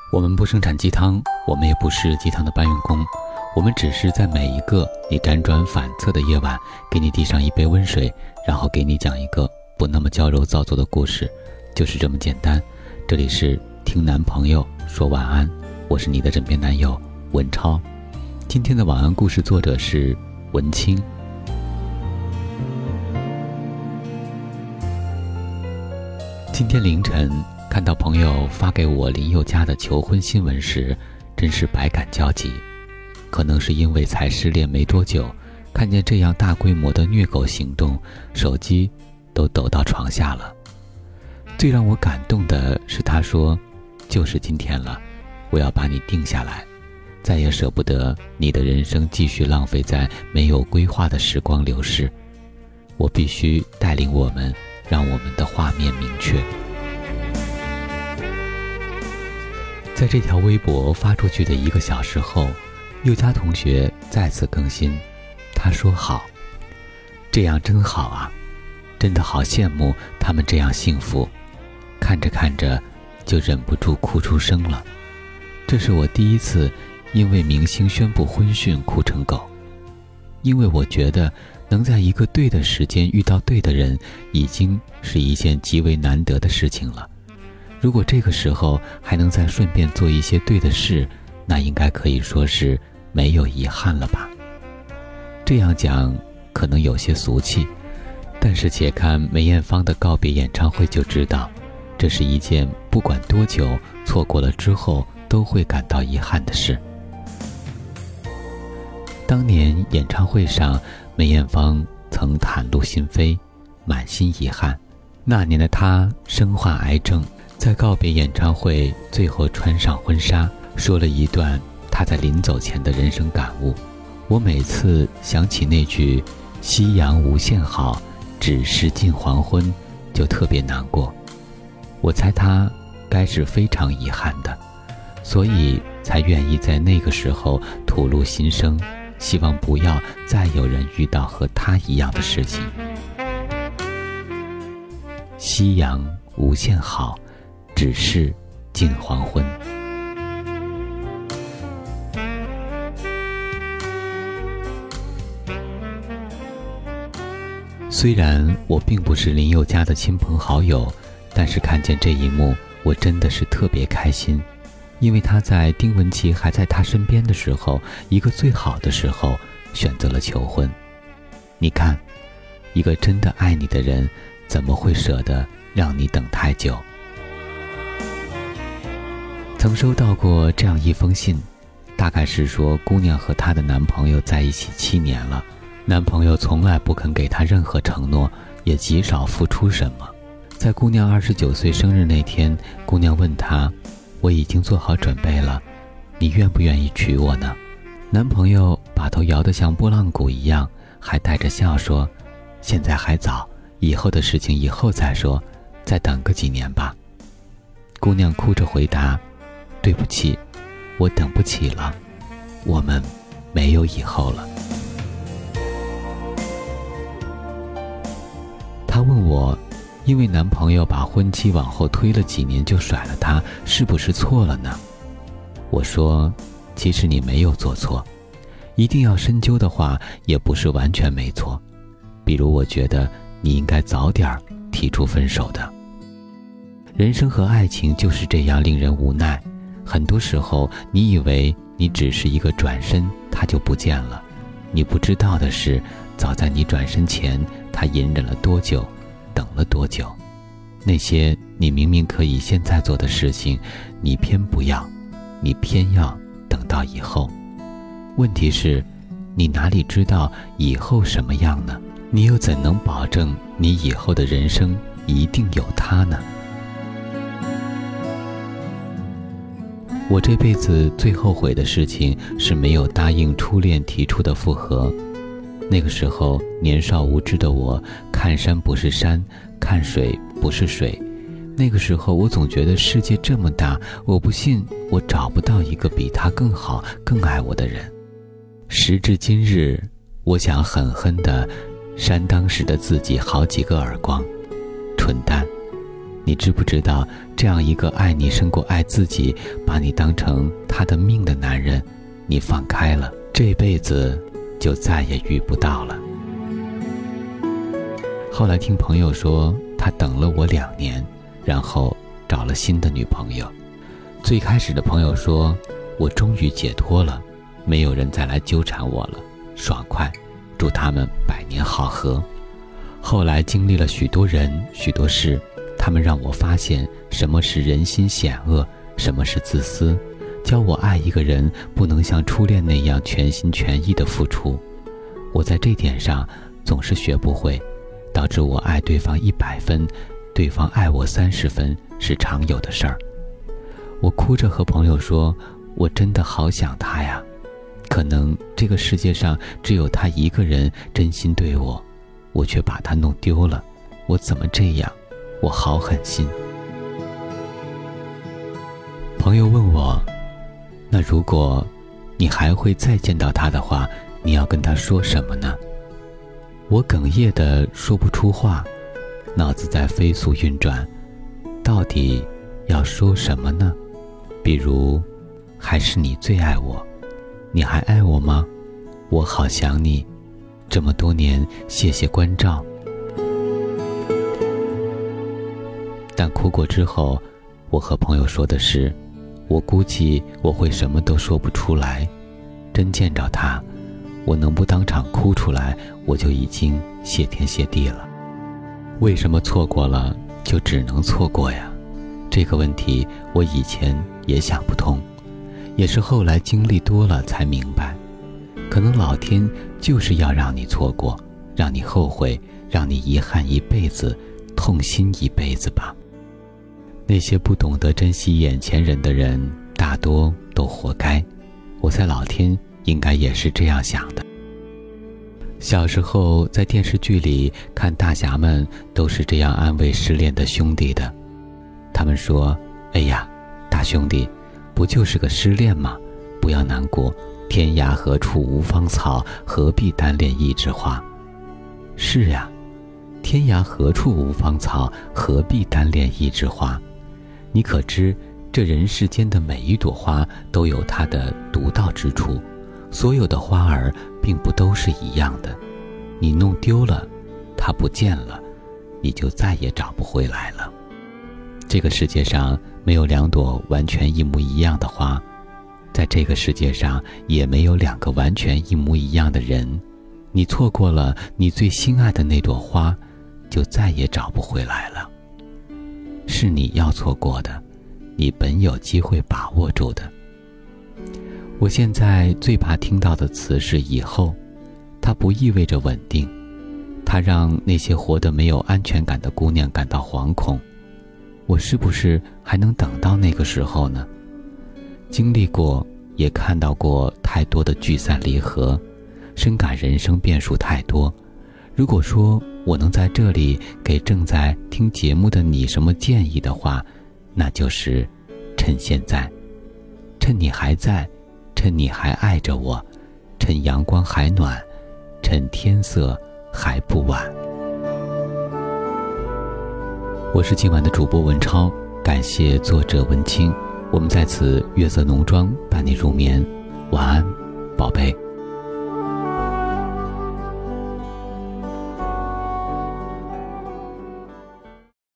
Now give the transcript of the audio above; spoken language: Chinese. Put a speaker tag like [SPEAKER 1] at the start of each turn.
[SPEAKER 1] 我们不生产鸡汤，我们也不是鸡汤的搬运工，我们只是在每一个你辗转反侧的夜晚，给你递上一杯温水，然后给你讲一个不那么娇柔造作的故事，就是这么简单。这里是听男朋友说晚安，我是你的枕边男友文超。今天的晚安故事作者是文清。今天凌晨看到朋友发给我林宥嘉的求婚新闻时，真是百感交集。可能是因为才失恋没多久，看见这样大规模的虐狗行动，手机都抖到床下了。最让我感动的是他说，就是今天了，我要把你定下来，再也舍不得你的人生继续浪费在没有规划的时光流逝。我必须带领我们，让我们的画面明确。在这条微博发出去的1个小时后，宥嘉同学再次更新，他说好，这样真好啊，真的好羡慕他们这样幸福，看着看着就忍不住哭出声了。这是我第一次因为明星宣布婚讯哭成狗，因为我觉得能在一个对的时间遇到对的人，已经是一件极为难得的事情了。如果这个时候还能再顺便做一些对的事，那应该可以说是没有遗憾了吧。这样讲可能有些俗气，但是且看梅艳芳的告别演唱会就知道，这是一件不管多久错过了之后都会感到遗憾的事。当年演唱会上，梅艳芳曾袒露心扉，满心遗憾。那年的她身患癌症，在告别演唱会最后穿上婚纱，说了一段她在临走前的人生感悟。我每次想起那句夕阳无限好，只是近黄昏，就特别难过。我猜她该是非常遗憾的，所以才愿意在那个时候吐露心声，希望不要再有人遇到和她一样的事情。夕阳无限好，只是近黄昏。虽然我并不是林宥嘉的亲朋好友，但是看见这一幕，我真的是特别开心，因为他在丁文琪还在他身边的时候，一个最好的时候，选择了求婚。你看，一个真的爱你的人，怎么会舍得让你等太久？曾收到过这样一封信，大概是说姑娘和她的男朋友在一起7年了，男朋友从来不肯给她任何承诺，也极少付出什么。在姑娘29岁生日那天，姑娘问他，我已经做好准备了，你愿不愿意娶我呢？男朋友把头摇得像拨浪鼓一样，还带着笑说，现在还早，以后的事情以后再说，再等个几年吧。姑娘哭着回答，对不起，我等不起了，我们没有以后了。她问我，因为男朋友把婚期往后推了几年就甩了她，是不是错了呢？我说，其实你没有做错，一定要深究的话，也不是完全没错。比如我觉得你应该早点提出分手的。人生和爱情就是这样令人无奈，很多时候你以为你只是一个转身，他就不见了，你不知道的是，早在你转身前，他隐忍了多久，等了多久。那些你明明可以现在做的事情，你偏不要，你偏要等到以后。问题是，你哪里知道以后什么样呢？你又怎能保证你以后的人生一定有他呢？我这辈子最后悔的事情是没有答应初恋提出的复合。那个时候年少无知的我，看山不是山，看水不是水。那个时候我总觉得世界这么大，我不信我找不到一个比他更好更爱我的人。时至今日，我想狠狠地扇当时的自己好几个耳光。蠢蛋， 你知不知道，这样一个爱你胜过爱自己，把你当成他的命的男人，你放开了，这辈子就再也遇不到了。后来听朋友说，他等了我2年，然后找了新的女朋友。最开始的朋友说，我终于解脱了，没有人再来纠缠我了，爽快，祝他们百年好合。后来经历了许多人许多事，他们让我发现什么是人心险恶，什么是自私，教我爱一个人不能像初恋那样全心全意的付出。我在这点上总是学不会，导致我爱对方100分，对方爱我30分是常有的事儿。我哭着和朋友说，我真的好想他呀，可能这个世界上只有他一个人真心对我，我却把他弄丢了，我怎么这样，我好狠心。朋友问我，那如果你还会再见到他的话，你要跟他说什么呢？我哽咽地说不出话，脑子在飞速运转，到底要说什么呢？比如，还是你最爱我，你还爱我吗？我好想你，这么多年，谢谢关照。但哭过之后，我和朋友说的是，我估计我会什么都说不出来，真见着他，我能不当场哭出来，我就已经谢天谢地了。为什么错过了就只能错过呀？这个问题我以前也想不通，也是后来经历多了才明白，可能老天就是要让你错过，让你后悔，让你遗憾一辈子，痛心一辈子吧。那些不懂得珍惜眼前人的人，大多都活该。我猜老天应该也是这样想的。小时候在电视剧里看大侠们都是这样安慰失恋的兄弟的，他们说，哎呀，大兄弟，不就是个失恋吗？不要难过，天涯何处无芳草，何必单恋一枝花。是呀，天涯何处无芳草，何必单恋一枝花。你可知，这人世间的每一朵花都有它的独到之处，所有的花儿并不都是一样的。你弄丢了，它不见了，你就再也找不回来了。这个世界上没有2朵完全一模一样的花，在这个世界上也没有2个完全一模一样的人。你错过了你最心爱的那朵花，就再也找不回来了。是你要错过的，你本有机会把握住的。我现在最怕听到的词是以后，它不意味着稳定，它让那些活得没有安全感的姑娘感到惶恐。我是不是还能等到那个时候呢？经历过，也看到过太多的聚散离合，深感人生变数太多。如果说我能在这里给正在听节目的你什么建议的话，那就是趁现在，趁你还在，趁你还爱着我，趁阳光还暖，趁天色还不晚。我是今晚的主播文超，感谢作者文清，我们在此月色浓妆伴你入眠，晚安，宝贝。